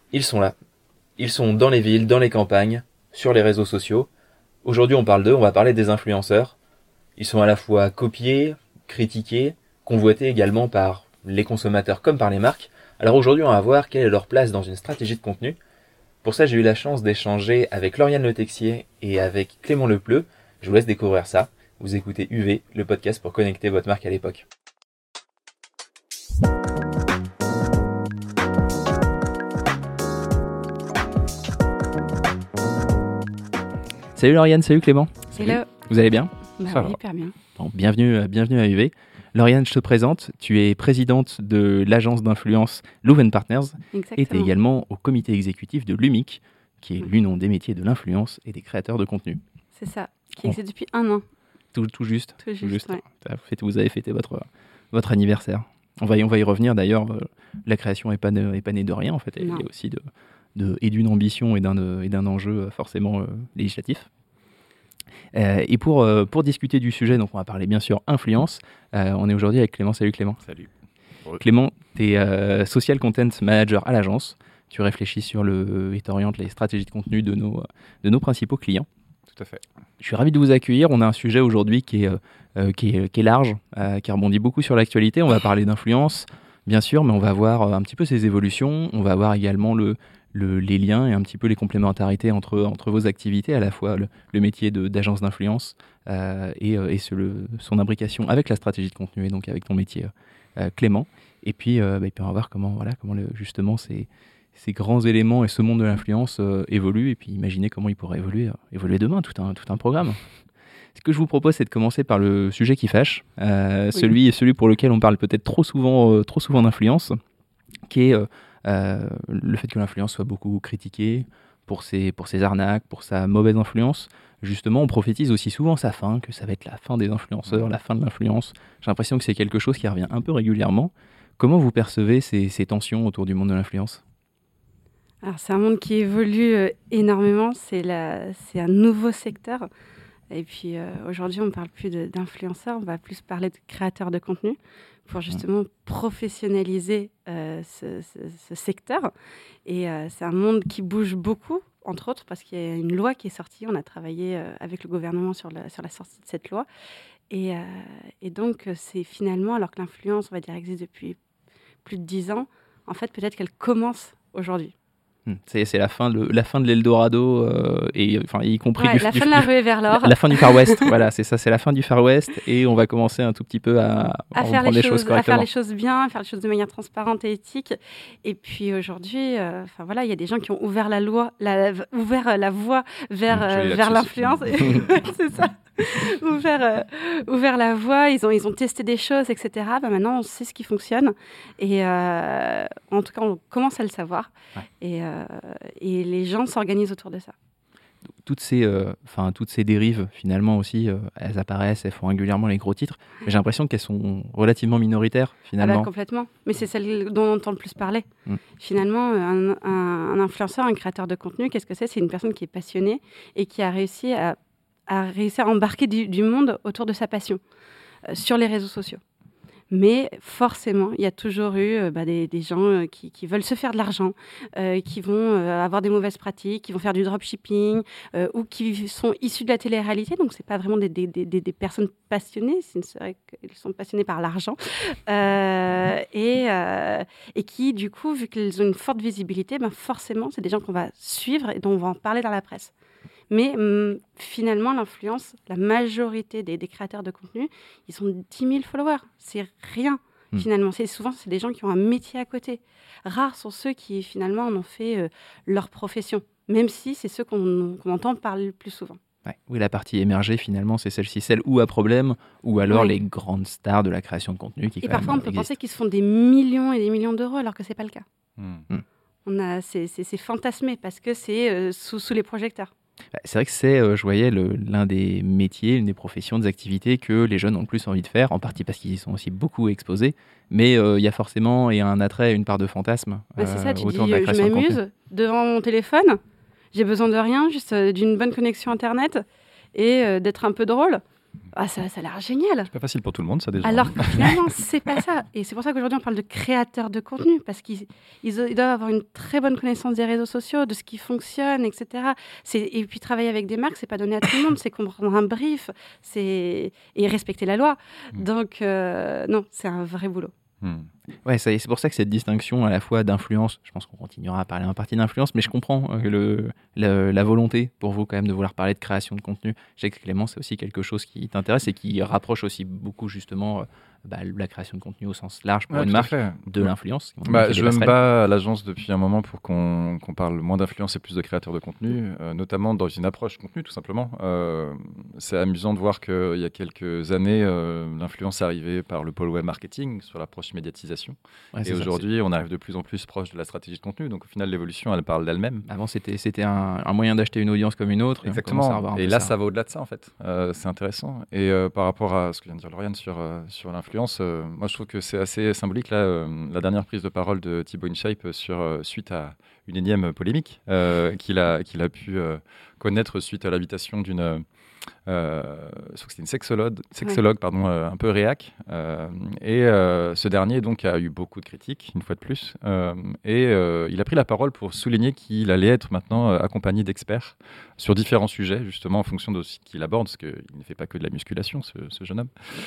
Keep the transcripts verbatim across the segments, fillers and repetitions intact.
Ils sont là. Ils sont dans les villes, dans les campagnes, sur les réseaux sociaux. Aujourd'hui, on parle d'eux, on va parler des influenceurs. Ils sont à la fois copiés, critiqués, convoités également par les consommateurs comme par les marques. Alors aujourd'hui, on va voir quelle est leur place dans une stratégie de contenu. Pour ça, j'ai eu la chance d'échanger avec Lauriane Le Texier et avec Clément Lepleu. Je vous laisse découvrir ça. Vous écoutez U V, le podcast pour connecter votre marque à l'époque. Salut Lauriane, salut Clément. Salut. Vous allez bien? Bah oui, hyper bien. Bon, bienvenue, bienvenue à U V. Lauriane, je te présente. Tu es présidente de l'agence d'influence Louv'N Partners. Exactement. Et tu es également au comité exécutif de l'U M I C, qui est l'union des métiers de l'influence et des créateurs de contenu. C'est ça, qui existe depuis un an. Tout, tout juste. Tout juste, juste. Ouais. Vous avez fêté votre, votre anniversaire. On va, y, on va y revenir d'ailleurs. La création n'est pas, pas née de rien, en fait. Elle est aussi de, de, et d'une ambition et d'un, et d'un enjeu forcément euh, législatif. Euh, et pour, euh, pour discuter du sujet, donc on va parler bien sûr influence. Euh, on est aujourd'hui avec Clément. Salut Clément. Salut. Clément, tu es euh, social content manager à l'agence. Tu réfléchis sur le et t'orientes les stratégies de contenu de nos, de nos principaux clients. Tout à fait. Je suis ravi de vous accueillir. On a un sujet aujourd'hui qui est, euh, qui est, qui est large, euh, qui rebondit beaucoup sur l'actualité. On va parler d'influence, bien sûr, mais on va voir un petit peu ses évolutions. On va voir également le, le, les liens et un petit peu les complémentarités entre, entre vos activités, à la fois le, le métier de, d'agence d'influence euh, et, et ce, le, son imbrication avec la stratégie de contenu et donc avec ton métier euh, Clément. Et puis, euh, bah, et puis on va voir comment, voilà, comment le, justement c'est ces grands éléments et ce monde de l'influence euh, évoluent, et puis imaginez comment il pourrait évoluer, euh, évoluer demain, tout un, tout un programme. Ce que je vous propose, c'est de commencer par le sujet qui fâche, euh, oui. celui, celui pour lequel on parle peut-être trop souvent, euh, trop souvent d'influence, qui est euh, euh, le fait que l'influence soit beaucoup critiquée pour ses, pour ses arnaques, pour sa mauvaise influence. Justement, on prophétise aussi souvent sa fin, que ça va être la fin des influenceurs, la fin de l'influence. J'ai l'impression que c'est quelque chose qui revient un peu régulièrement. Comment vous percevez ces, ces tensions autour du monde de l'influence ? Alors, c'est un monde qui évolue euh, énormément, c'est, la, c'est un nouveau secteur. Et puis euh, aujourd'hui, on ne parle plus de, d'influenceurs, on va plus parler de créateurs de contenu pour justement professionnaliser euh, ce, ce, ce secteur. Et euh, c'est un monde qui bouge beaucoup, entre autres, parce qu'il y a une loi qui est sortie. On a travaillé euh, avec le gouvernement sur la, sur la sortie de cette loi. Et, euh, et donc, c'est finalement, alors que l'influence, on va dire, existe depuis plus de dix ans, en fait, peut-être qu'elle commence aujourd'hui. C'est, c'est la fin de, la fin de l'Eldorado, euh, et, enfin, y compris ouais, du, la du, fin de la ruée vers l'or. La, la fin du Far West, voilà, c'est ça, c'est la fin du Far West, et on va commencer un tout petit peu à, à, à faire les, les choses, choses correctement. À faire les choses bien, à faire les choses de manière transparente et éthique. Et puis aujourd'hui, euh, enfin voilà, il y a des gens qui ont ouvert la loi, la, ouvert la voie vers, euh, vers l'influence. C'est ça. ouvert, euh, ouvert la voie, ils ont, ils ont testé des choses, et cetera. Bah maintenant, on sait ce qui fonctionne. Et euh, en tout cas, on commence à le savoir. Ouais. Et, euh, et les gens s'organisent autour de ça. Toutes ces, euh, toutes ces dérives, finalement aussi, euh, elles apparaissent, elles font régulièrement les gros titres. Mais j'ai l'impression qu'elles sont relativement minoritaires, finalement. Ah bah, complètement. Mais c'est celle dont on entend le plus parler. Mm. Finalement, un, un, un influenceur, un créateur de contenu, qu'est-ce que c'est ? C'est une personne qui est passionnée et qui a réussi à à réussir à embarquer du, du monde autour de sa passion euh, sur les réseaux sociaux. Mais forcément, il y a toujours eu euh, bah, des, des gens euh, qui, qui veulent se faire de l'argent, euh, qui vont euh, avoir des mauvaises pratiques, qui vont faire du dropshipping euh, ou qui sont issus de la télé-réalité. Donc, ce n'est pas vraiment des, des, des, des personnes passionnées, c'est vrai qu'ils sont passionnés par l'argent. Euh, et, euh, et qui, du coup, vu qu'ils ont une forte visibilité, bah, forcément, c'est des gens qu'on va suivre et dont on va en parler dans la presse. Mais hum, finalement, l'influence, la majorité des, des créateurs de contenu, ils ont dix mille followers. C'est rien, mmh. finalement. C'est, souvent, c'est des gens qui ont un métier à côté. Rares sont ceux qui, finalement, en ont fait euh, leur profession, même si c'est ceux qu'on, qu'on entend parler le plus souvent. Ouais. Oui, la partie émergée, finalement, c'est celle-ci, celle ou à problème, ou alors oui. les grandes stars de la création de contenu. Qui Et quand parfois, même on peut existent. penser qu'ils se font des millions et des millions d'euros, alors que ce n'est pas le cas. Mmh. On a, c'est, c'est, c'est fantasmé, parce que c'est euh, sous, sous les projecteurs. C'est vrai que c'est, euh, je voyais, le, l'un des métiers, l'une des professions, des activités que les jeunes ont le plus envie de faire, en partie parce qu'ils y sont aussi beaucoup exposés, mais il euh, y a forcément y a un attrait, une part de fantasme bah, c'est euh, ça, tu autour dis, de la création je m'amuse de contenu. Devant mon téléphone, j'ai besoin de rien, juste euh, d'une bonne connexion Internet et euh, d'être un peu drôle. Ah, ça, ça a l'air génial. C'est pas facile pour tout le monde, ça déjà. Alors que finalement, c'est pas ça. Et c'est pour ça qu'aujourd'hui, on parle de créateurs de contenu, parce qu'ils ils, ils doivent avoir une très bonne connaissance des réseaux sociaux, de ce qui fonctionne, et cetera. C'est, et puis travailler avec des marques, c'est pas donné à tout le monde, c'est comprendre un brief, c'est et respecter la loi. Mmh. Donc euh, non, c'est un vrai boulot. Mmh. Ouais, ça, c'est pour ça que cette distinction à la fois d'influence, je pense qu'on continuera à parler en partie d'influence, mais je comprends euh, le, le, la volonté pour vous quand même de vouloir parler de création de contenu. Je sais que Clément, c'est aussi quelque chose qui t'intéresse et qui rapproche aussi beaucoup justement euh, bah, la création de contenu au sens large pour ouais, une marque de l'influence. Bah, je me bats à l'agence depuis un moment pour qu'on, qu'on parle moins d'influence et plus de créateurs de contenu, euh, notamment dans une approche contenu tout simplement. Euh, c'est amusant de voir qu'il y a quelques années, euh, l'influence est arrivée par le pôle web marketing sur l'approche médiatisation. Ouais, et aujourd'hui, ça, on arrive de plus en plus proche de la stratégie de contenu. Donc, au final, l'évolution, elle parle d'elle-même. Avant, c'était, c'était un, un moyen d'acheter une audience comme une autre. Exactement. Et, et là, ça. ça va au-delà de ça, en fait. Euh, c'est intéressant. Et euh, par rapport à ce que vient de dire Lauriane sur, euh, sur l'influence, euh, moi, je trouve que c'est assez symbolique. Là, euh, la dernière prise de parole de Thibaut InShape sur, euh, suite à une énième polémique euh, qu'il, a, qu'il a pu euh, connaître suite à l'invitation d'une... Euh, je crois que c'était une sexologue, sexologue ouais. pardon, euh, un peu réac. Euh, et euh, ce dernier donc, a eu beaucoup de critiques, une fois de plus. Euh, et euh, il a pris la parole pour souligner qu'il allait être maintenant euh, accompagné d'experts sur différents sujets, justement en fonction de ce qu'il aborde, parce qu'il ne fait pas que de la musculation, ce, ce jeune homme.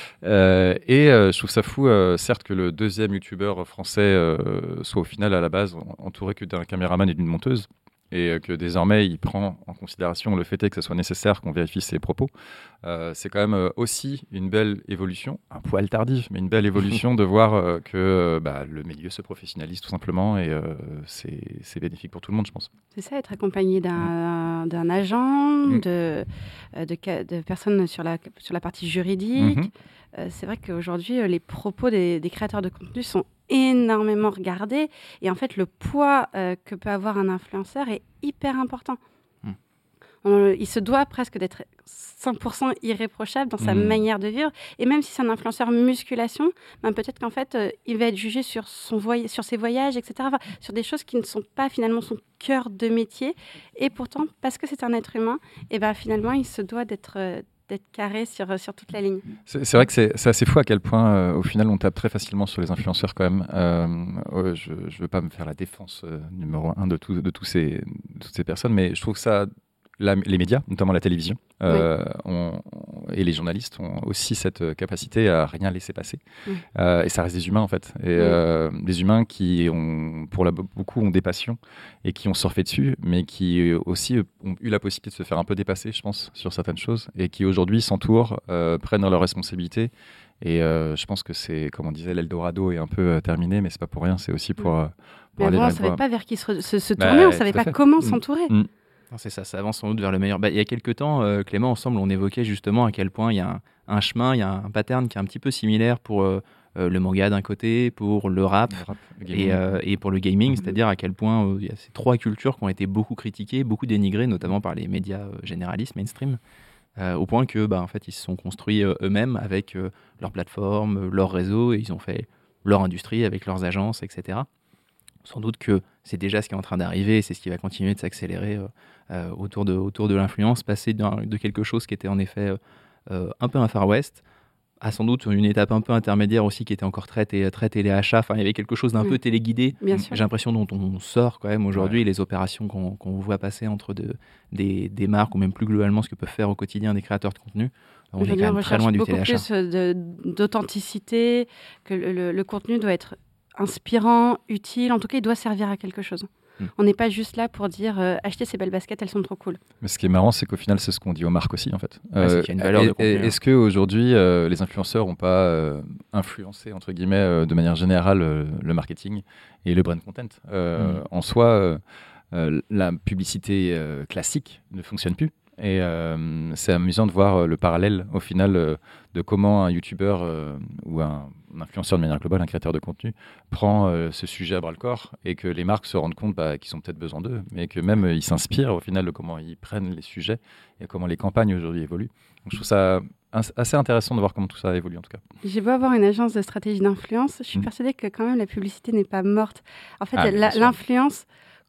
Euh, et euh, je trouve ça fou, euh, certes, que le deuxième youtubeur français euh, soit au final, à la base, entouré que d'un caméraman et d'une monteuse. Et que désormais, il prend en considération le fait est que ce soit nécessaire qu'on vérifie ses propos. Euh, c'est quand même aussi une belle évolution, un poil tardif, mais une belle évolution de voir euh, que bah, le milieu se professionnalise tout simplement et euh, c'est, c'est bénéfique pour tout le monde, je pense. C'est ça, être accompagné d'un, mmh. d'un agent, mmh. de, de, de personnes sur la, sur la partie juridique. Mmh. Euh, c'est vrai qu'aujourd'hui, euh, les propos des, des créateurs de contenu sont énormément regardés. Et en fait, le poids euh, que peut avoir un influenceur est hyper important. Mmh. On, il se doit presque d'être cent pour cent irréprochable dans sa mmh. manière de vivre. Et même si c'est un influenceur musculation, ben peut-être qu'en fait, euh, il va être jugé sur, son voy- sur ses voyages, et cetera. Enfin, sur des choses qui ne sont pas finalement son cœur de métier. Et pourtant, parce que c'est un être humain, et ben, finalement, il se doit d'être... Euh, d'être carré sur, sur toute la ligne. C'est, c'est vrai que c'est, c'est assez fou à quel point, euh, au final, on tape très facilement sur les influenceurs quand même. Euh, euh, je ne veux pas me faire la défense euh, numéro un de, tout, de, tous ces, de toutes ces personnes, mais je trouve que ça... La, les médias, notamment la télévision, euh, oui. ont, et les journalistes ont aussi cette capacité à rien laisser passer. Oui. Euh, et ça reste des humains, en fait. Et, oui. euh, des humains qui, ont, pour la, beaucoup, ont des passions et qui ont surfé dessus, mais qui aussi ont eu la possibilité de se faire un peu dépasser, je pense, sur certaines choses, et qui aujourd'hui s'entourent, euh, prennent leurs responsabilités. Et euh, je pense que c'est, comme on disait, l'Eldorado est un peu euh, terminé, mais c'est pas pour rien, c'est aussi pour, euh, pour mais aller avant, on ne savait pas vers qui se, se, se tourner, bah, on ne savait pas fait. comment mmh. s'entourer. Mmh. C'est ça, ça avance sans doute vers le meilleur. Bah, il y a quelques temps, euh, Clément, ensemble, on évoquait justement à quel point il y a un, un chemin, il y a un pattern qui est un petit peu similaire pour euh, euh, le manga d'un côté, pour le rap, le rap le et, euh, et pour le gaming, mm-hmm. c'est-à-dire à quel point euh, il y a ces trois cultures qui ont été beaucoup critiquées, beaucoup dénigrées, notamment par les médias euh, généralistes, mainstream, euh, au point que, bah, en fait, ils se sont construits euh, eux-mêmes avec euh, leur plateforme, leur réseau, et ils ont fait leur industrie avec leurs agences, et cetera. Sans doute que c'est déjà ce qui est en train d'arriver et c'est ce qui va continuer de s'accélérer euh, euh, autour, de, autour de l'influence, passer de quelque chose qui était en effet euh, un peu un Far West à sans doute une étape un peu intermédiaire aussi qui était encore très, té- très téléachat. Enfin, il y avait quelque chose d'un oui. peu téléguidé. Bien sûr. J'ai l'impression dont on sort quand même aujourd'hui, ouais. les opérations qu'on, qu'on voit passer entre de, des, des marques ou même plus globalement ce que peuvent faire au quotidien des créateurs de contenu. On est quand même très loin du téléachat. Beaucoup plus de, d'authenticité, que le, le, le contenu doit être inspirant, utile, en tout cas il doit servir à quelque chose. Mmh. On n'est pas juste là pour dire euh, achetez ces belles baskets, elles sont trop cool. Mais ce qui est marrant, c'est qu'au final, c'est ce qu'on dit aux marques aussi, en fait. Ouais, c'est qu'il y a une valeur et, de contenu. Et, est-ce qu'aujourd'hui, euh, les influenceurs n'ont pas euh, influencé, entre guillemets, euh, de manière générale, euh, le marketing et le brand content euh, mmh. En soi, euh, euh, la publicité euh, classique ne fonctionne plus. Et euh, c'est amusant de voir euh, le parallèle, au final, euh, de comment un youtubeur euh, ou un, un influenceur de manière globale, un créateur de contenu, prend euh, ce sujet à bras-le-corps et que les marques se rendent compte bah, qu'ils ont peut-être besoin d'eux, mais que même euh, ils s'inspirent au final de comment ils prennent les sujets et comment les campagnes aujourd'hui évoluent. Donc, je trouve ça assez intéressant de voir comment tout ça évolue, en tout cas. J'ai beau avoir une agence de stratégie d'influence, je suis mmh. persuadée que quand même la publicité n'est pas morte. En fait, ah, la, l'influence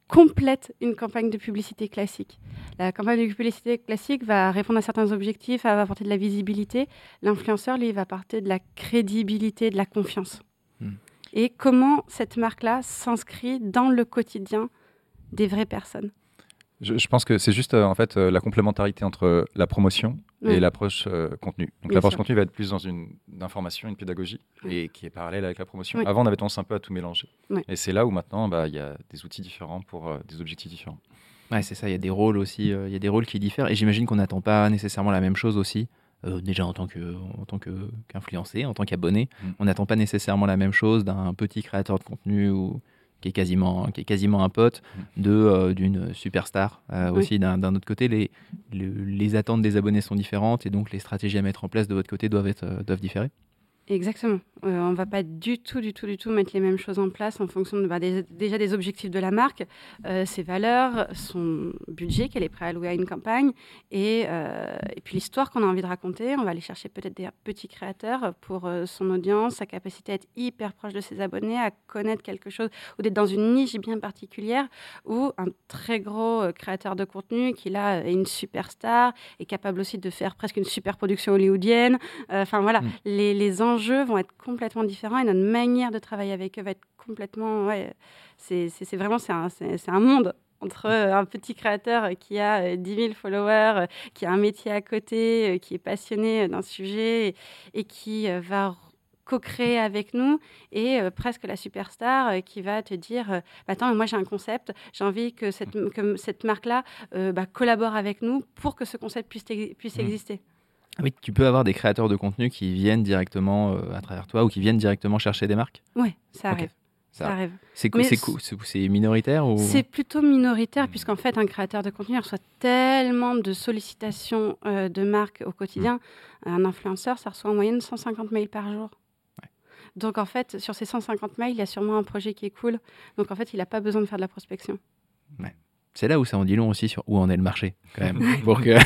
complète une campagne de publicité classique. La campagne de publicité classique va répondre à certains objectifs, elle va apporter de la visibilité. L'influenceur, lui, va apporter de la crédibilité, de la confiance. Mmh. Et comment cette marque-là s'inscrit dans le quotidien des vraies personnes. Je, je pense que c'est juste euh, en fait euh, la complémentarité entre la promotion et mmh. l'approche euh, contenu. Donc Bien l'approche sûr. contenu va être plus dans une information, une pédagogie, mmh. et qui est parallèle avec la promotion. Oui. Avant, on avait tendance un peu à tout mélanger. Oui. Et c'est là où maintenant, bah, y a des outils différents pour euh, des objectifs différents. Ouais, c'est ça. Il y a des rôles aussi. Il euh, y a des rôles qui diffèrent. Et j'imagine qu'on n'attend pas nécessairement la même chose aussi. Euh, déjà en tant que, en tant que, qu'influencé, en tant qu'abonné, mmh. on n'attend pas nécessairement la même chose d'un petit créateur de contenu ou qui est quasiment, qui est quasiment un pote, de, euh, d'une superstar. Euh, oui. Aussi, d'un, d'un autre côté, les, les, les attentes des abonnés sont différentes et donc les stratégies à mettre en place de votre côté doivent, être, euh, doivent différer. Exactement. Euh, on ne va pas du tout, du tout, du tout mettre les mêmes choses en place en fonction de, bah, des, déjà des objectifs de la marque, euh, ses valeurs, son budget qu'elle est prête à allouer à une campagne et, euh, et puis l'histoire qu'on a envie de raconter. On va aller chercher peut-être des petits créateurs pour euh, son audience, sa capacité à être hyper proche de ses abonnés, à connaître quelque chose ou d'être dans une niche bien particulière, ou un très gros euh, créateur de contenu qui là est une superstar, est capable aussi de faire presque une super production hollywoodienne. Enfin euh, voilà, mmh. les, les enjeux jeux vont être complètement différents et notre manière de travailler avec eux va être complètement... Ouais, c'est, c'est, c'est vraiment c'est un, c'est, c'est un monde entre un petit créateur qui a dix mille followers, qui a un métier à côté, qui est passionné d'un sujet et, et qui va co-créer avec nous et euh, presque la superstar euh, qui va te dire euh, bah, attends, moi j'ai un concept, j'ai envie que cette, que cette marque-là euh, bah, collabore avec nous pour que ce concept puisse, puisse exister. Oui, tu peux avoir des créateurs de contenu qui viennent directement euh, à travers toi ou qui viennent directement chercher des marques. Oui, ça arrive. Okay. Ça, ça arrive. C'est, co- c'est, co- c'est, c'est minoritaire ou... C'est plutôt minoritaire, mmh. puisqu'en fait, un créateur de contenu reçoit tellement de sollicitations euh, de marques au quotidien. Mmh. Un influenceur, ça reçoit en moyenne cent cinquante mails par jour. Ouais. Donc, en fait, sur ces cent cinquante mails, il y a sûrement un projet qui est cool. Donc, en fait, il n'a pas besoin de faire de la prospection. Ouais. C'est là où ça en dit long aussi sur où en est le marché, quand même, pour, que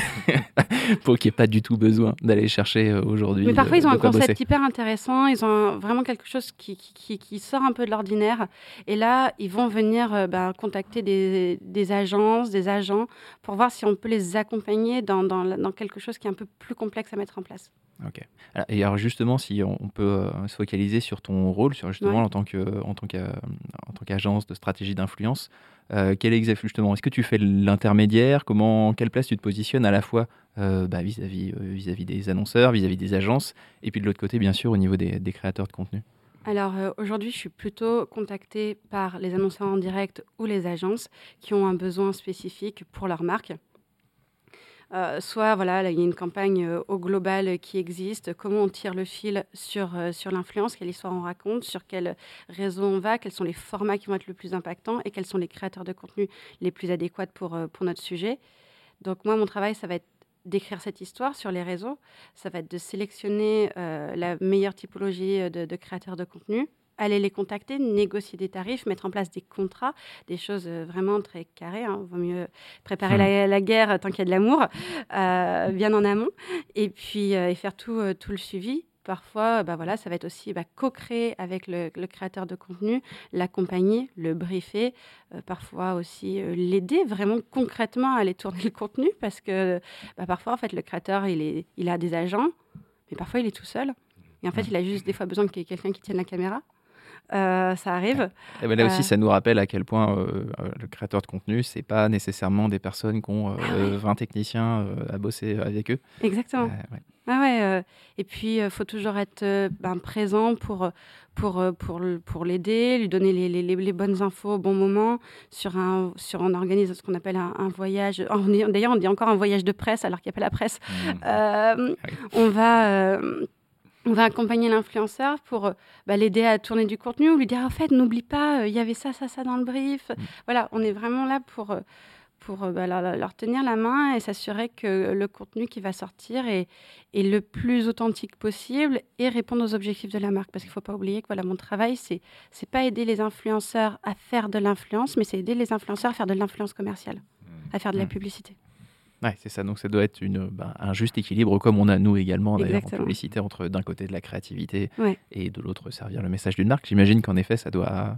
pour qu'il n'y ait pas du tout besoin d'aller chercher aujourd'hui. Mais parfois, euh, ils ont un concept bosser. hyper intéressant, ils ont un, vraiment quelque chose qui, qui, qui sort un peu de l'ordinaire. Et là, ils vont venir euh, bah, contacter des, des agences, des agents, pour voir si on peut les accompagner dans, dans, dans quelque chose qui est un peu plus complexe à mettre en place. Ok. Et alors justement, si on peut euh, se focaliser sur ton rôle, sur justement ouais. en tant que, en tant que, en tant qu'agence de stratégie d'influence, euh, quel est justement, est-ce que tu fais l'intermédiaire, comment, quelle place tu te positionnes à la fois euh, bah, vis-à-vis, euh, vis-à-vis des annonceurs, vis-à-vis des agences, et puis de l'autre côté, bien sûr, au niveau des, des créateurs de contenu. Alors euh, aujourd'hui, je suis plutôt contactée par les annonceurs en direct ou les agences qui ont un besoin spécifique pour leur marque. Euh, soit voilà, là, il y a une campagne euh, au global qui existe, comment on tire le fil sur, euh, sur l'influence, quelle histoire on raconte, sur quel réseau on va, quels sont les formats qui vont être le plus impactants et quels sont les créateurs de contenu les plus adéquats pour, euh, pour notre sujet. Donc moi, mon travail, ça va être d'écrire cette histoire sur les réseaux, ça va être de sélectionner euh, la meilleure typologie de, de créateurs de contenu, aller les contacter, négocier des tarifs, mettre en place des contrats, des choses vraiment très carrées. Hein. Il vaut mieux préparer mmh. la, la guerre tant qu'il y a de l'amour, euh, bien en amont, et puis euh, et faire tout, euh, tout le suivi. Parfois, bah voilà, ça va être aussi bah, co-créer avec le, le créateur de contenu, l'accompagner, le briefer, euh, parfois aussi euh, l'aider vraiment concrètement à aller tourner le contenu, parce que bah, parfois, en fait, le créateur, il, est, il a des agents, mais parfois, il est tout seul. Et en fait, il a juste des fois besoin qu'il y ait quelqu'un qui tienne la caméra. Euh, ça arrive. Et ben là aussi, euh... ça nous rappelle à quel point euh, le créateur de contenu, c'est pas nécessairement des personnes qui ont euh, ah ouais. vingt techniciens euh, à bosser avec eux. Exactement. Euh, ouais. Ah ouais, euh, et puis, il euh, faut toujours être euh, ben, présent pour, pour, pour, pour l'aider, lui donner les, les, les bonnes infos au bon moment. Sur un, sur, on organise ce qu'on appelle un, un voyage. On dit, d'ailleurs, on dit encore un voyage de presse alors qu'il n'y a pas la presse. Mmh. Euh, oui. On va... Euh, On va accompagner l'influenceur pour bah, l'aider à tourner du contenu ou lui dire, en fait, n'oublie pas, il euh, y avait ça, ça, ça dans le brief. Mmh. Voilà, on est vraiment là pour, pour bah, leur, leur tenir la main et s'assurer que le contenu qui va sortir est, est le plus authentique possible et répondre aux objectifs de la marque. Parce qu'il ne faut pas oublier que voilà, mon travail, c'est c'est pas aider les influenceurs à faire de l'influence, mais c'est aider les influenceurs à faire de l'influence commerciale, mmh. à faire de mmh. la publicité. Ouais, c'est ça. Donc, ça doit être une, ben, un juste équilibre, comme on a nous également, d'ailleurs, en publicité, entre d'un côté de la créativité ouais. et de l'autre servir le message d'une marque. J'imagine qu'en effet, ça doit,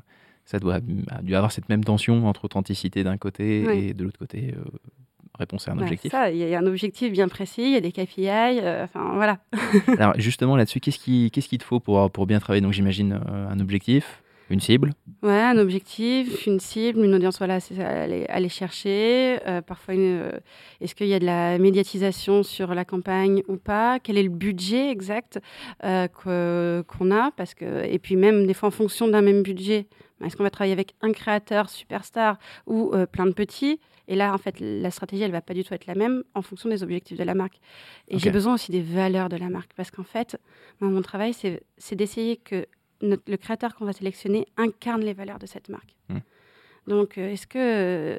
ça doit a dû avoir cette même tension entre authenticité d'un côté Oui. et de l'autre côté, euh, réponse à un Ouais, objectif. ça, il y a un objectif bien précis, il y a des K P I, euh, enfin voilà. Alors justement là-dessus, qu'est-ce qui, qu'est-ce qu'il te faut pour, pour bien travailler? Donc j'imagine euh, un objectif, une cible. Ouais, un objectif, une cible, une audience, voilà, c'est ça, aller, aller chercher. Euh, parfois, une, euh, est-ce qu'il y a de la médiatisation sur la campagne ou pas? Quel est le budget exact euh, que- qu'on a? Parce que, et puis même des fois, en fonction d'un même budget, ben, est-ce qu'on va travailler avec un créateur superstar ou euh, plein de petits? Et là, en fait, la stratégie, elle va pas du tout être la même en fonction des objectifs de la marque. Et Ok. j'ai besoin aussi des valeurs de la marque. Parce qu'en fait, moi, mon travail, c'est, c'est d'essayer que notre- le créateur qu'on va sélectionner incarne les valeurs de cette marque. Mm. Donc, euh, est-ce que... euh,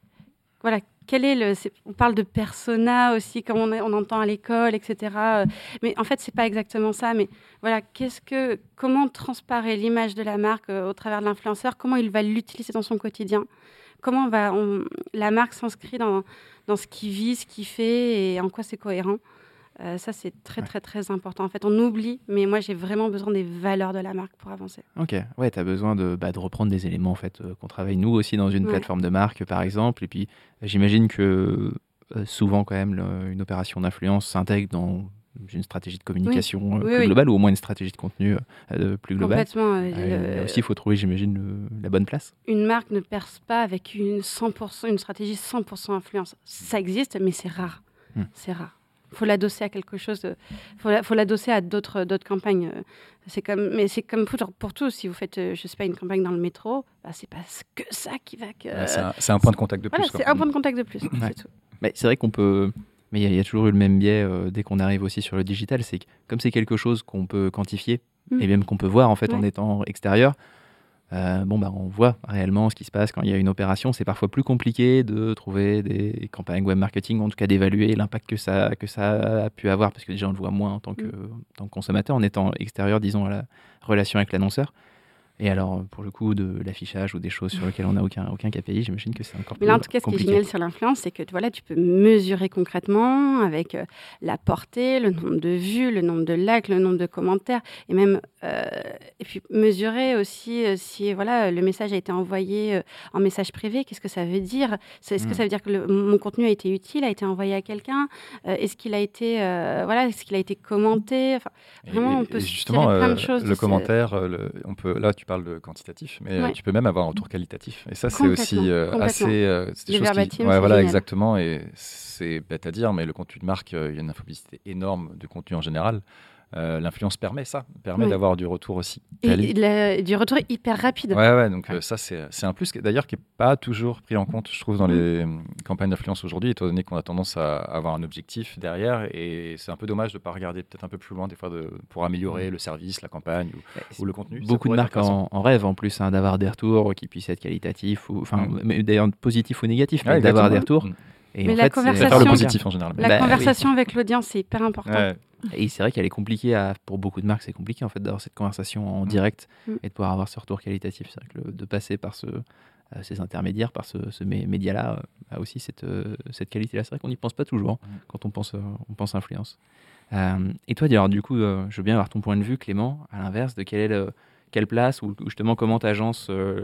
voilà, quel est le... c'est- on parle de persona aussi, comme on, est- on entend à l'école, et cetera. euh, Mais en fait, c'est pas exactement ça. Mais voilà, qu'est-ce que, comment transparaît l'image de la marque euh, au travers de l'influenceur? Comment il va l'utiliser dans son quotidien? Comment va on- la marque s'inscrit dans, dans ce qu'il vit, ce qu'il fait et en quoi c'est cohérent? Euh, ça, c'est très, Ouais. très, très important. En fait, on oublie, mais moi, j'ai vraiment besoin des valeurs de la marque pour avancer. Ok, ouais, tu as besoin de, bah, de reprendre des éléments en fait, euh, qu'on travaille nous aussi dans une Ouais. plateforme de marque par exemple. Et puis j'imagine que euh, souvent quand même le- une opération d'influence s'intègre dans une stratégie de communication euh, Oui, plus oui. globale ou au moins une stratégie de contenu euh, plus globale. Complètement. euh, Euh, le- Là aussi, il faut trouver, j'imagine, le- la bonne place. Une marque ne perce pas avec une cent pour cent, une stratégie cent pour cent influence. Ça existe, mais c'est rare. Hmm. C'est rare. Il faut l'adosser à quelque chose. Il faut, la- faut l'adosser à d'autres, d'autres campagnes. euh, C'est comme, mais c'est comme pour, pour tout. Si vous faites, euh, je sais pas, une campagne dans le métro, bah, c'est pas que ça qui va. Que, Ouais, c'est un, c'est un point de contact de voilà, plus. c'est quoi. un point de contact de plus. Ouais. C'est tout. Mais c'est vrai qu'on peut. Mais il y, a- il y a toujours eu le même biais euh, dès qu'on arrive aussi sur le digital. C'est que comme c'est quelque chose qu'on peut quantifier Mm. et même qu'on peut voir en fait en Ouais. étant extérieur, euh, bon bah on voit réellement ce qui se passe quand il y a une opération. C'est parfois plus compliqué de trouver des campagnes web marketing, ou en tout cas d'évaluer l'impact que ça que ça a pu avoir parce que déjà on le voit moins en tant que, Mm. en tant que consommateur en étant extérieur, disons, à la relation avec l'annonceur. Et alors, pour le coup, de l'affichage ou des choses sur lesquelles on n'a aucun, aucun K P I, j'imagine que c'est encore Mais plus là, en tout cas, ce qui est compliqué. génial sur l'influence, c'est que voilà, tu peux mesurer concrètement avec euh, la portée, le nombre de vues, le nombre de likes, le nombre de commentaires, et même euh, et puis mesurer aussi euh, si voilà le message a été envoyé euh, en message privé. Qu'est-ce que ça veut dire? C'est- Est-ce que Mm. ça veut dire que le- mon contenu a été utile, a été envoyé à quelqu'un? Euh, Est-ce qu'il a été euh, voilà, est-ce qu'il a été commenté? Enfin, Et- vraiment, on et- peut et se justement, tirer plein de euh, choses de le ce- commentaire, euh, le- on peut, là tu parles de quantitatif, mais euh, Ouais. tu peux même avoir un retour qualitatif. Et ça, c'est aussi Complètement, euh, complètement. assez. euh, c'est des Les choses qui- verbatims, ouais, c'est voilà, génial. exactement. Et c'est bête à dire, mais le contenu de marque, euh, il y a une infobésité énorme de contenu en général. Euh, L'influence permet ça, permet Oui. d'avoir du retour aussi. Et, quali. et de la- du retour hyper rapide. Ouais, ouais, donc Ouais. euh, ça, c'est c'est un plus, qui- d'ailleurs, qui n'est pas toujours pris en compte, je trouve, dans Mm. les euh, campagnes d'influence aujourd'hui, étant donné qu'on a tendance à avoir un objectif derrière, et c'est un peu dommage de ne pas regarder peut-être un peu plus loin, des fois, de, pour améliorer le service, la campagne ou, ou le contenu. Ça Beaucoup de pourrait être marques en, en rêvent en plus hein, d'avoir des retours qui puissent être qualitatifs, ou, enfin, Mm. mais d'ailleurs positifs ou négatifs, Ouais, mais d'avoir des exactement. retours. Mm. Et Mais en la fait, c'est- conversation- Faire le Conversation- positif en général. La Bah, conversation avec l'audience, c'est hyper important. Ouais. Et c'est vrai qu'elle est compliquée à, pour beaucoup de marques, c'est compliqué en fait d'avoir cette conversation en Mm. direct Mm. et de pouvoir avoir ce retour qualitatif. C'est vrai que le- de passer par ce, euh, ces intermédiaires, par ce, ce mé- média-là, euh, a aussi cette, euh, cette qualité-là. C'est vrai qu'on n'y pense pas toujours Mm. quand on pense, euh, on pense influence. Euh, et toi, alors du coup, euh, je veux bien avoir ton point de vue, Clément, à l'inverse, de quelle est le- quelle place ou ou justement comment tu agences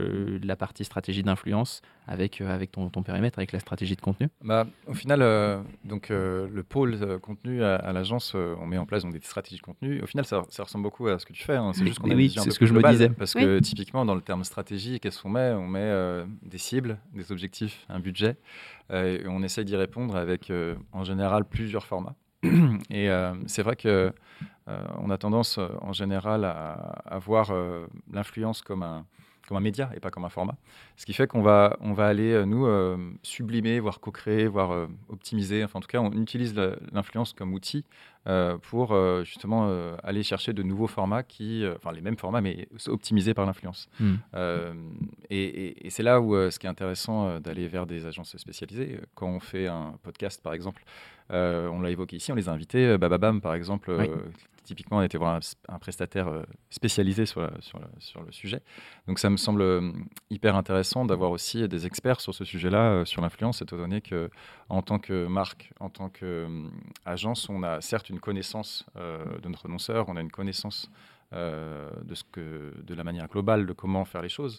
la partie stratégie d'influence avec, euh, avec ton, ton périmètre, avec la stratégie de contenu. Bah, au final, euh, donc, euh, le pôle euh, contenu à, à l'agence, euh, on met en place donc, des stratégies de contenu. Au final, ça, ça ressemble beaucoup à ce que tu fais. Hein. C'est juste qu'on Oui, a une oui, vision un c'est peu ce que plus je me globale, disais. Parce Oui. que typiquement, dans le terme stratégie, qu'est-ce qu'on met? On met euh, des cibles, des objectifs, un budget. Euh, et on essaye d'y répondre avec, euh, en général, plusieurs formats. Et euh, c'est vrai que euh, on a tendance, euh, en général, à, à voir euh, l'influence comme un, comme un média et pas comme un format. Ce qui fait qu'on va, on va aller, euh, nous, euh, sublimer, voire co-créer, voire euh, optimiser. Enfin, en tout cas, on utilise la- l'influence comme outil euh, pour euh, justement euh, aller chercher de nouveaux formats qui, euh, enfin, les mêmes formats, mais optimisés par l'influence. Hmm. Euh, et et- et c'est là où euh, ce qui est intéressant euh, d'aller vers des agences spécialisées. Quand on fait un podcast, par exemple, euh, on l'a évoqué ici, on les a invités. euh, Bababam, par exemple, Oui. euh, typiquement, on était voir un, un prestataire euh, spécialisé sur, la- sur, le, sur le sujet. Donc ça me semble euh, hyper intéressant d'avoir aussi des experts sur ce sujet-là, euh, sur l'influence, étant donné qu'en tant que marque, en tant qu'agence, on a certes une connaissance euh, de notre annonceur, on a une connaissance euh, de, ce que, de la manière globale de comment faire les choses.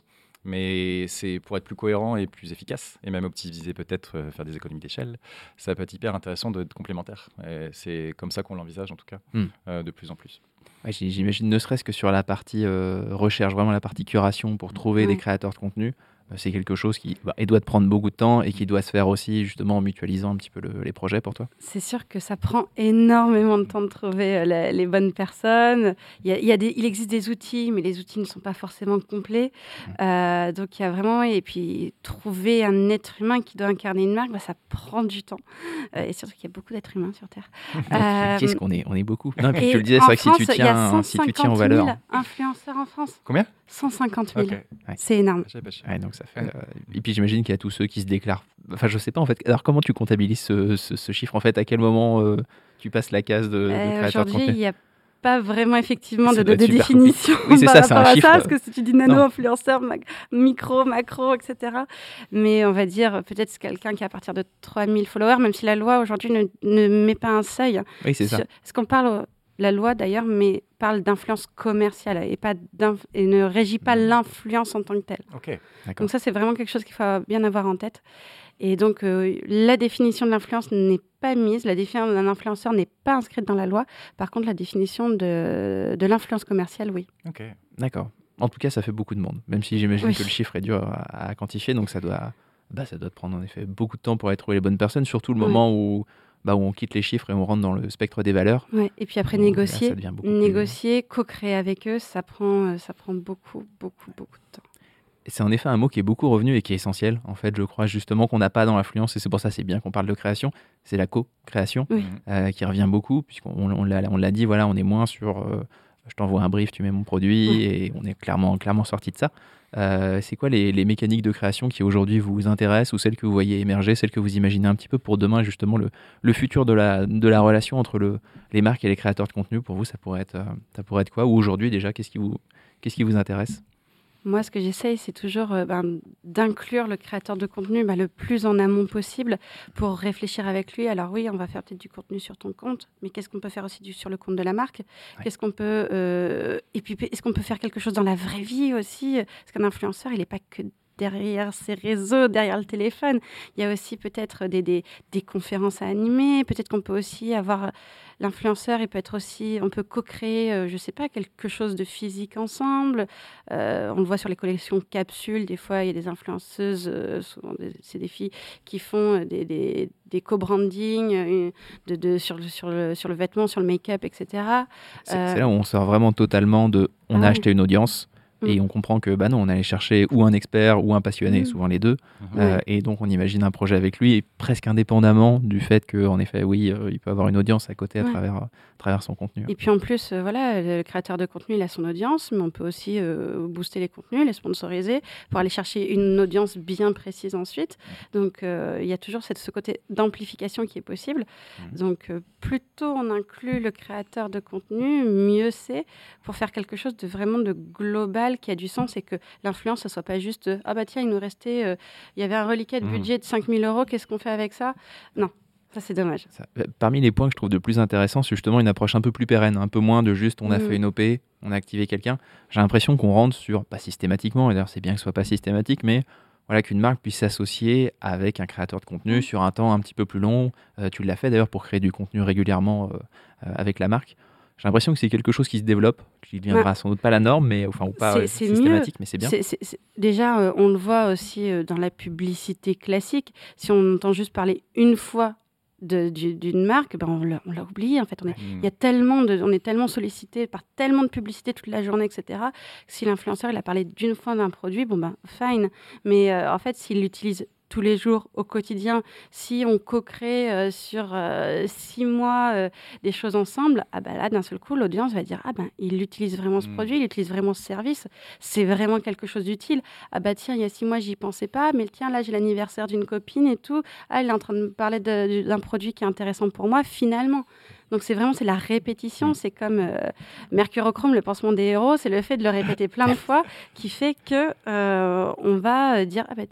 Mais c'est pour être plus cohérent et plus efficace, et même optimiser peut-être, euh, faire des économies d'échelle, ça peut être hyper intéressant d'être complémentaire. Et c'est comme ça qu'on l'envisage en tout cas, mm. euh, de plus en plus. Ouais, j'imagine ne serait-ce que sur la partie euh, recherche, vraiment la partie curation pour trouver ouais. des créateurs de contenu, c'est quelque chose qui bah, doit te prendre beaucoup de temps et qui doit se faire aussi justement en mutualisant un petit peu le, les projets pour toi. C'est sûr que ça prend énormément de temps de trouver euh, la, les bonnes personnes. Il, y a, il, y a des, il existe des outils, mais les outils ne sont pas forcément complets. Mmh. Euh, donc il y a vraiment... Et puis trouver un être humain qui doit incarner une marque, bah, ça prend du temps. Euh, et surtout qu'il y a beaucoup d'êtres humains sur Terre. euh, Qu'est-ce qu'on est On est beaucoup. Non, puis tu le disais, c'est vrai que si tu tiens, si tu tiens en valeur... cent cinquante mille influenceurs en France. Combien ? cent cinquante mille. Okay. Ouais. C'est énorme. Ouais, donc ça fait, euh, et puis j'imagine qu'il y a tous ceux qui se déclarent. Enfin, je sais pas en fait. Alors, comment tu comptabilises ce, ce, ce chiffre en fait ? À quel moment euh, tu passes la case de, euh, de créateur de contenu ? Aujourd'hui, il n'y a pas vraiment effectivement de, de, de définition oui, c'est par ça, c'est un rapport à chiffre. ça, parce que si tu dis nano, non. influenceur, mac- micro, macro, et cetera. Mais on va dire peut-être c'est quelqu'un qui a à partir de trois mille followers, même si la loi aujourd'hui ne, ne met pas un seuil. Oui, c'est ça. Est-ce qu'on parle La loi, d'ailleurs, mais parle d'influence commerciale et, pas et ne régit pas mmh. l'influence en tant que telle. Okay. Donc ça, c'est vraiment quelque chose qu'il faut bien avoir en tête. Et donc, euh, la définition de l'influence n'est pas mise. La définition d'un influenceur n'est pas inscrite dans la loi. Par contre, la définition de, de l'influence commerciale, oui. Ok, d'accord. En tout cas, ça fait beaucoup de monde, même si j'imagine oui. que le chiffre est dur à, à quantifier. Donc, ça doit, bah, ça doit te prendre en effet beaucoup de temps pour aller trouver les bonnes personnes, surtout le oui. moment où... Bah, où on quitte les chiffres et on rentre dans le spectre des valeurs. Ouais, et puis après, où, négocier, là, négocier plus... co-créer avec eux, ça prend, ça prend beaucoup, beaucoup, beaucoup de temps. Et c'est en effet un mot qui est beaucoup revenu et qui est essentiel, en fait, je crois, justement, qu'on n'a pas dans l'influence, et c'est pour ça c'est bien qu'on parle de création, c'est la co-création, oui. euh, qui revient beaucoup, puisqu'on on l'a, on l'a dit, voilà, on est moins sur euh, je t'envoie un brief, tu mets mon produit, oui. et on est clairement, clairement sorti de ça. Euh, c'est quoi les, les mécaniques de création qui aujourd'hui vous intéressent ou celles que vous voyez émerger, celles que vous imaginez un petit peu pour demain, justement, le, le futur de la, de la relation entre le, les marques et les créateurs de contenu? Pour vous, ça pourrait être, ça pourrait être quoi? Ou aujourd'hui, déjà, qu'est-ce qui vous, qu'est-ce qui vous intéresse? Moi, ce que j'essaye, c'est toujours euh, ben, d'inclure le créateur de contenu ben, le plus en amont possible pour réfléchir avec lui. Alors oui, on va faire peut-être du contenu sur ton compte, mais qu'est-ce qu'on peut faire aussi du, sur le compte de la marque? Ouais. Qu'est-ce qu'on peut euh, et puis est-ce qu'on peut faire quelque chose dans la vraie vie aussi? Parce qu'un influenceur, il n'est pas que derrière ses réseaux, derrière le téléphone. Il y a aussi peut-être des, des, des conférences à animer. Peut-être qu'on peut aussi avoir... L'influenceur, il peut être aussi... On peut co-créer, euh, je ne sais pas, quelque chose de physique ensemble. Euh, on le voit sur les collections capsules. Des fois, il y a des influenceuses, euh, souvent des, c'est des filles qui font des, des, des co-branding euh, de, de, sur, le, sur, le, sur le vêtement, sur le make-up, et cetera. C'est, euh, c'est là où on sort vraiment totalement de... On ah a acheté ouais. une audience... Et mmh. on comprend que bah non, on allait chercher ou un expert ou un passionné, mmh. souvent les deux. Mmh. Euh, et donc, on imagine un projet avec lui, et presque indépendamment du fait qu'en effet, oui, euh, il peut avoir une audience à côté à, ouais. travers, à travers son contenu. Et puis en plus, euh, voilà, le créateur de contenu, il a son audience, mais on peut aussi euh, booster les contenus, les sponsoriser, pour aller chercher une audience bien précise ensuite. Donc, euh, il y a toujours cette, ce côté d'amplification qui est possible. Mmh. Donc, euh, plus tôt on inclut le créateur de contenu, mieux c'est pour faire quelque chose de vraiment de global, qui a du sens, et que l'influence, ce ne soit pas juste euh, « Ah bah tiens, il nous restait... Euh, il y avait un reliquat de mmh. budget de cinq mille euros, qu'est-ce qu'on fait avec ça ?» Non, ça c'est dommage. Ça, parmi les points que je trouve de plus intéressants, c'est justement une approche un peu plus pérenne, un peu moins de juste on a mmh. fait une O P, on a activé quelqu'un. J'ai l'impression qu'on rentre sur, pas systématiquement, et d'ailleurs c'est bien que ce ne soit pas systématique, mais voilà, qu'une marque puisse s'associer avec un créateur de contenu mmh. sur un temps un petit peu plus long. Euh, tu l'as fait d'ailleurs pour créer du contenu régulièrement euh, euh, avec la marque. J'ai l'impression que c'est quelque chose qui se développe, qui ne deviendra ouais. sans doute pas la norme, mais, enfin, ou pas c'est, euh, c'est systématique, mieux. mais c'est bien. C'est, c'est, c'est... Déjà, euh, on le voit aussi euh, dans la publicité classique. Si on entend juste parler une fois de, du, d'une marque, ben on, l'a, on l'a oublié. En fait, on est, mmh. y a tellement de, on est tellement sollicité par tellement de publicité toute la journée, et cetera. Que si l'influenceur il a parlé d'une fois d'un produit, bon ben fine. Mais euh, en fait, s'il l'utilise tous les jours, au quotidien, si on co-crée euh, sur euh, six mois euh, des choses ensemble, ah bah là, d'un seul coup, l'audience va dire « Ah ben, il utilise vraiment ce mmh. produit, il utilise vraiment ce service, c'est vraiment quelque chose d'utile. Ah bah tiens, il y a six mois, j'y pensais pas, mais tiens, là, j'ai l'anniversaire d'une copine et tout. Ah, elle est en train de me parler de, d'un produit qui est intéressant pour moi, finalement. » Donc, c'est vraiment, c'est la répétition. C'est comme euh, Mercurochrome, le pansement des héros. C'est le fait de le répéter plein de fois qui fait qu'on euh, va dire « Ah bah tiens,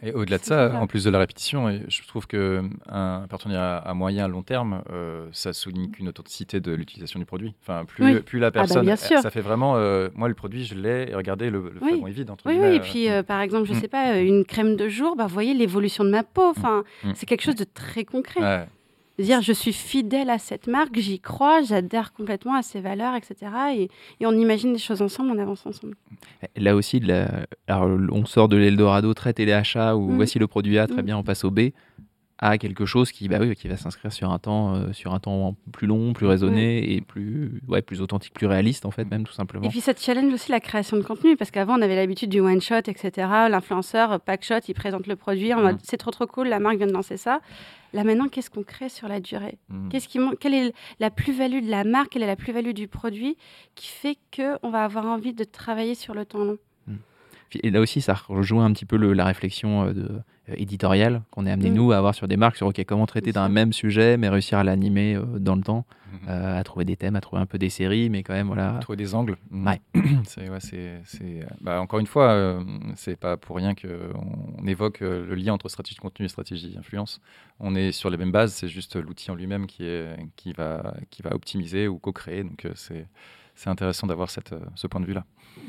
Et au-delà de ça, en plus de la répétition, et je trouve qu'un partenariat à moyen, à long terme, euh, ça souligne qu'une authenticité de l'utilisation du produit. Enfin, plus, Oui. plus la personne, ah bah bien sûr. ça fait vraiment, euh, moi le produit, je l'ai, et regardez, le, le oui. flagon est vide. Entre oui, guillemets, oui, et puis euh, par exemple, je ne mm. sais pas, une crème de jour, bah, vous voyez l'évolution de ma peau, enfin, mm. c'est quelque chose de très concret. Ouais. Dire je suis fidèle à cette marque, j'y crois, j'adhère complètement à ses valeurs, et cetera. Et, et on imagine des choses ensemble, on avance ensemble. Là aussi, de la... Alors, on sort de l'Eldorado très téléachat où mmh. voici le produit A, très mmh. bien, on passe au B, à quelque chose qui, bah oui, qui va s'inscrire sur un temps, euh, sur un temps plus long, plus raisonné mmh. et plus, ouais, plus authentique, plus réaliste en fait, même tout simplement. Et puis ça challenge aussi la création de contenu parce qu'avant on avait l'habitude du one shot, et cetera. L'influenceur, pack shot, il présente le produit en mmh. mode c'est trop trop cool, la marque vient de lancer ça. Là maintenant, qu'est-ce qu'on crée sur la durée ? mmh. Qu'est-ce qui man- Quelle est la plus-value de la marque ? Quelle est la plus-value du produit qui fait qu'on va avoir envie de travailler sur le temps long ? mmh. Et là aussi, ça rejoint un petit peu le, la réflexion euh, de, euh, éditoriale qu'on est amené, mmh. nous, à avoir sur des marques, sur okay, comment traiter d'un même sujet, mais réussir à l'animer euh, dans le temps, mmh. euh, à trouver des thèmes, à trouver un peu des séries, mais quand même, voilà. Trouver des angles. Mmh. Ouais. c'est, ouais, c'est, c'est, bah, encore une fois, euh, c'est pas pour rien qu'on évoque euh, le lien entre stratégie de contenu et stratégie d'influence. On est sur les mêmes bases, c'est juste l'outil en lui-même qui, est, qui, va, qui va optimiser ou co-créer. Donc, euh, c'est, c'est intéressant d'avoir cette, euh, ce point de vue-là.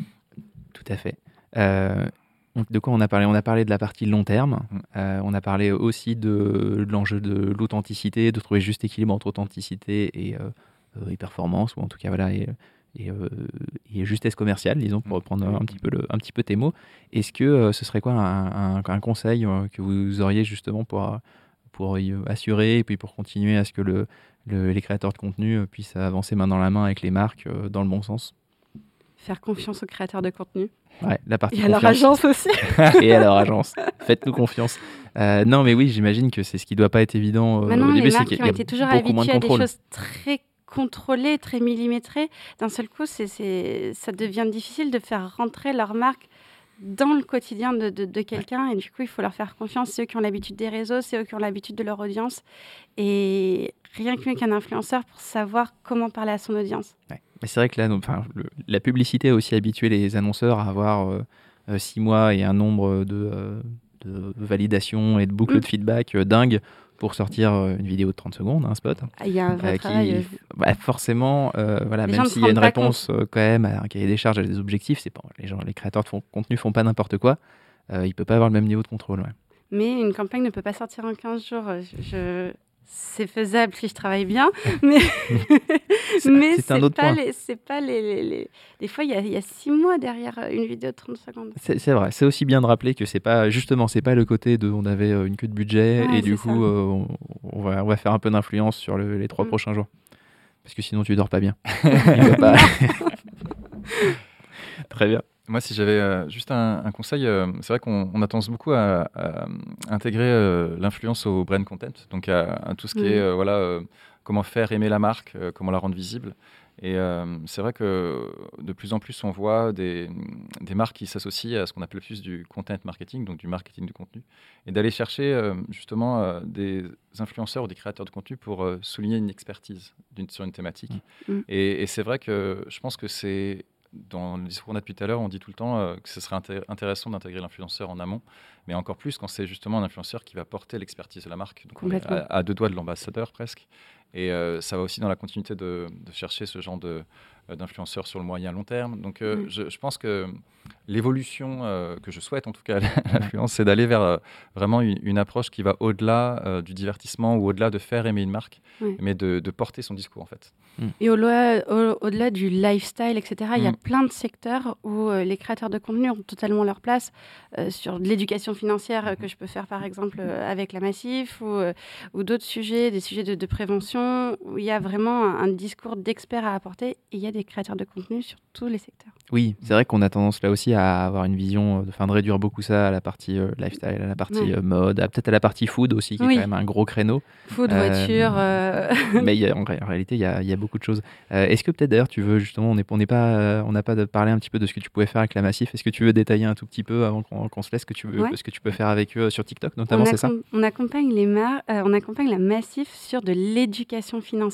Tout à fait. Euh, de quoi on a parlé ? On a parlé de la partie long terme, mmh. euh, on a parlé aussi de, de l'enjeu de l'authenticité, de trouver le juste équilibre entre authenticité et, euh, et performance, ou en tout cas voilà, et, et, euh, et justesse commerciale, disons, pour reprendre mmh. un, petit peu le, un petit peu tes mots. Est-ce que euh, ce serait quoi un, un, un conseil euh, que vous auriez justement pour, pour y assurer et puis pour continuer à ce que le, le, les créateurs de contenu puissent avancer main dans la main avec les marques euh, dans le bon sens ? Faire confiance aux créateurs de contenu. Ouais, la partie et confiance. à leur agence aussi. Et à leur agence. Faites-nous confiance. Euh, non, mais oui, j'imagine que c'est ce qui ne doit pas être évident euh, Maintenant, au début. Les marques c'est qui ont été toujours habituées à des choses très contrôlées, très millimétrées, d'un seul coup, c'est, c'est, ça devient difficile de faire rentrer leur marque dans le quotidien de, de, de quelqu'un. Ouais. Et du coup, il faut leur faire confiance. C'est eux qui ont l'habitude des réseaux, c'est eux qui ont l'habitude de leur audience. Et rien que mieux qu'un influenceur pour savoir comment parler à son audience. Ouais. Mais c'est vrai que là, donc, le, la publicité a aussi habitué les annonceurs à avoir euh, euh, six mois et un nombre de, euh, de validations et de boucles mmh. de feedback euh, dingues pour sortir euh, une vidéo de trente secondes, un spot. Il y a un vrai euh, travail. Qui, bah, forcément, euh, voilà, même s'il y a une réponse euh, quand même à un cahier des charges, à des objectifs, c'est pas, les, gens, les créateurs de font, contenu font pas n'importe quoi. Euh, il ne peut pas avoir le même niveau de contrôle. Ouais. Mais une campagne ne peut pas sortir en quinze jours. Je... je... C'est faisable si je travaille bien, mais, c'est, mais c'est, c'est, un autre pas point. Les, c'est pas les, les, les... Des fois, il y, y a six mois derrière une vidéo de trente secondes. C'est, c'est vrai. C'est aussi bien de rappeler que c'est pas, justement, c'est pas le côté de on avait une queue de budget ouais, et du coup, euh, on, on, va, on va faire un peu d'influence sur le, les trois mmh. prochains jours. Parce que sinon, tu dors pas bien. Il pas... Très bien. Moi, si j'avais euh, juste un, un conseil, euh, c'est vrai qu'on on a tendance beaucoup à, à intégrer euh, l'influence au brand content, donc à, à tout ce qui mmh. est euh, voilà, euh, comment faire aimer la marque, euh, comment la rendre visible. Et euh, c'est vrai que de plus en plus, on voit des, des marques qui s'associent à ce qu'on appelle plus du content marketing, donc du marketing de contenu, et d'aller chercher euh, justement euh, des influenceurs ou des créateurs de contenu pour euh, souligner une expertise d'une, sur une thématique. Mmh. Et, et c'est vrai que je pense que c'est... Dans le discours qu'on a depuis tout à l'heure, on dit tout le temps euh, que ce serait inté- intéressant d'intégrer l'influenceur en amont, mais encore plus quand c'est justement un influenceur qui va porter l'expertise de la marque. Donc on est à, à deux doigts de l'ambassadeur presque. Et euh, ça va aussi dans la continuité de, de chercher ce genre de, euh, d'influenceurs sur le moyen long terme. Donc euh, mmh. je, je pense que l'évolution euh, que je souhaite en tout cas à l'influence, c'est d'aller vers euh, vraiment une, une approche qui va au-delà euh, du divertissement ou au-delà de faire aimer une marque, mmh. mais de, de porter son discours en fait. Mmh. Et au-delà, au, au-delà du lifestyle, et cetera, il mmh. y a plein de secteurs où euh, les créateurs de contenu ont totalement leur place. Euh, sur de l'éducation financière euh, que je peux faire par exemple euh, avec la Massif ou, euh, ou d'autres sujets, des sujets de, de prévention où il y a vraiment un, un discours d'experts à apporter et il y a des créateurs de contenu sur tous les secteurs. Oui, c'est vrai qu'on a tendance là aussi à avoir une vision, enfin de réduire beaucoup ça à la partie euh, lifestyle, à la partie ouais. euh, mode, à, peut-être à la partie food aussi qui oui. est quand même un gros créneau. Food, euh, voiture. Euh... mais y a, en, en réalité, il y a, y a beaucoup de choses. Euh, est-ce que peut-être d'ailleurs tu veux justement, on n'est on n'est pas, euh, on n'a pas de parlé un petit peu de ce que tu pouvais faire avec la Massif. Est-ce que tu veux détailler un tout petit peu avant qu'on, qu'on se laisse, que tu veux, ouais. ce que tu peux faire avec eux sur TikTok notamment, on c'est accom- ça On accompagne les mar- euh, on accompagne la Massif sur de l'éducation financière.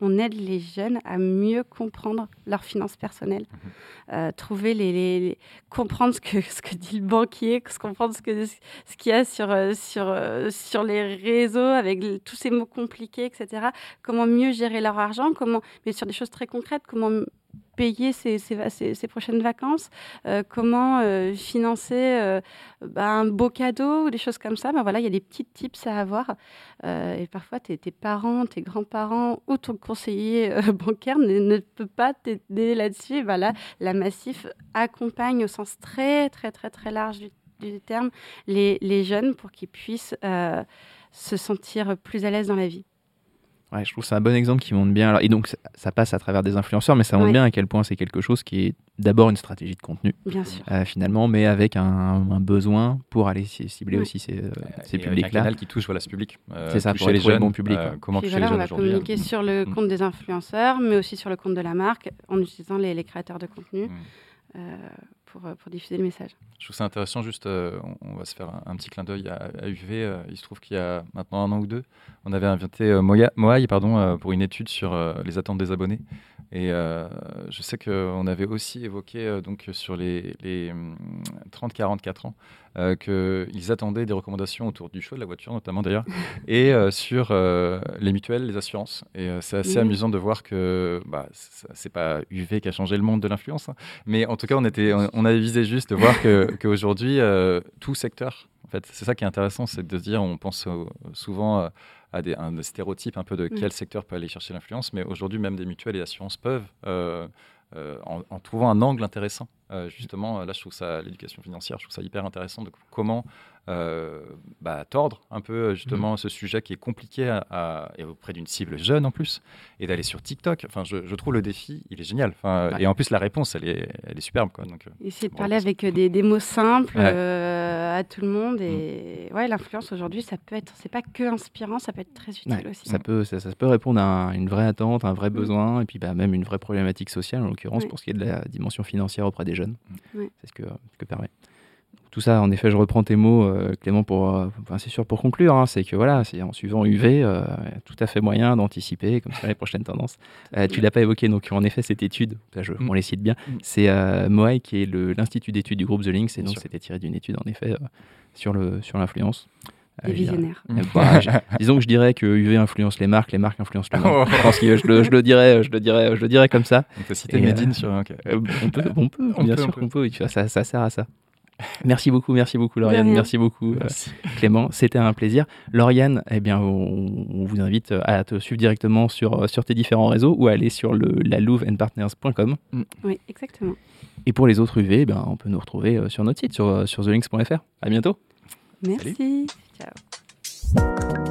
on aide les jeunes à mieux comprendre leurs finances personnelles, mmh. euh, trouver les, les, les, comprendre ce que, ce que dit le banquier, comprendre ce, que, ce qu'il y a sur, sur, sur les réseaux avec tous ces mots compliqués, et cetera. Comment mieux gérer leur argent, comment, mais sur des choses très concrètes, comment payer ses, ses, ses, ses prochaines vacances, euh, comment euh, financer euh, bah, un beau cadeau ou des choses comme ça. Ben voilà, il y a des petits tips à avoir. Euh, et parfois, tes, tes parents, tes grands-parents ou ton conseiller euh, bancaire ne, ne peut pas t'aider là-dessus. Et ben là, la Massif accompagne au sens très, très, très, très large du, du terme les, les jeunes pour qu'ils puissent euh, se sentir plus à l'aise dans la vie. Ouais, je trouve que c'est un bon exemple qui montre bien. Alors, et donc, ça, ça passe à travers des influenceurs, mais ça montre oui. bien à quel point c'est quelque chose qui est d'abord une stratégie de contenu, bien sûr. Euh, finalement, mais avec un, un besoin pour aller cibler oui. aussi ces, euh, ces publics-là. Un canal qui touche voilà, ce public. Euh, c'est ça, pour les jeunes, le bon public. Euh, comment Puis toucher voilà, les jeunes on va aujourd'hui. communiquer hein. sur le compte mmh. des influenceurs, mais aussi sur le compte de la marque, en utilisant les, les créateurs de contenu. Mmh. Euh, Pour, pour diffuser le message. Je trouve ça intéressant, juste, euh, on, on va se faire un, un petit clin d'œil à, à U V. Euh, il se trouve qu'il y a maintenant un an ou deux, on avait invité euh, Moya, Moaï pardon, euh, pour une étude sur euh, les attentes des abonnés. Et euh, je sais qu'on avait aussi évoqué euh, donc, sur les, les trente à quarante-quatre ans euh, qu'ils attendaient des recommandations autour du choix de la voiture, notamment d'ailleurs, et euh, sur euh, les mutuelles, les assurances. Et euh, c'est assez mmh. amusant de voir que bah, c'est pas U V qui a changé le monde de l'influence, hein, mais en tout cas, on, était, on, on avait visé juste de voir que, qu'aujourd'hui, euh, tout secteur, en fait, c'est ça qui est intéressant, c'est de se dire, on pense euh, souvent euh, à des, un des stéréotypes un peu de quel mmh. secteur peut aller chercher l'influence, mais aujourd'hui, même des mutuelles et assurances peuvent, euh, euh, en, en trouvant un angle intéressant, euh, justement, là, je trouve ça, l'éducation financière, je trouve ça hyper intéressant de comment euh, bah, tordre un peu, justement, mmh. ce sujet qui est compliqué à, à, et auprès d'une cible jeune, en plus, et d'aller sur TikTok. Enfin, je, je trouve le défi, il est génial. Enfin, ouais. Et en plus, la réponse, elle est, elle est superbe, quoi. Donc, essayer de bon, parler avec des, des mots simples ouais. euh, à tout le monde. Et mmh. ouais, l'influence, aujourd'hui, ça peut être, c'est pas que inspirant, ça peut être très utile ouais. aussi. Ça, mmh. peut, ça, ça peut répondre à une vraie attente, un vrai mmh. besoin, et puis bah, même une vraie problématique sociale, en l'occurrence, ouais. pour ce qui est de la dimension financière auprès des jeunes. Ouais. C'est ce que, ce que permet. Tout ça, en effet, je reprends tes mots, euh, Clément, pour, euh, enfin, c'est sûr pour conclure, hein, c'est que voilà, c'est en suivant U V, euh, tout à fait moyen d'anticiper comme ça les prochaines tendances. Euh, tu l'as pas évoqué, donc en effet, cette étude, là, je, mm. on les cite bien, mm. c'est euh, Moaï qui est le, l'institut d'études du groupe The Links, et donc c'était tiré d'une étude en effet euh, sur le sur l'influence. Des euh, visionnaires. Euh, bah, disons que je dirais que U V influence les marques, les marques influencent le monde. Je pense que je le, je le dirais, je le dirais, je le dirais comme ça. On peut citer Medine euh, sur un. Okay. Euh, on peut, on peut, on bien peut, sûr qu'on peut. peut. Ça, ça sert à ça. Merci beaucoup, merci beaucoup Lauriane, merci beaucoup merci. Euh, Clément, c'était un plaisir. Lauriane, eh bien, on, on vous invite à te suivre directement sur, sur tes différents réseaux ou à aller sur le la louve and partners point com. Mm. Oui, exactement. Et pour les autres U V, eh bien, on peut nous retrouver sur notre site, sur, sur the links point f r. À bientôt. Merci. Salut. Ciao.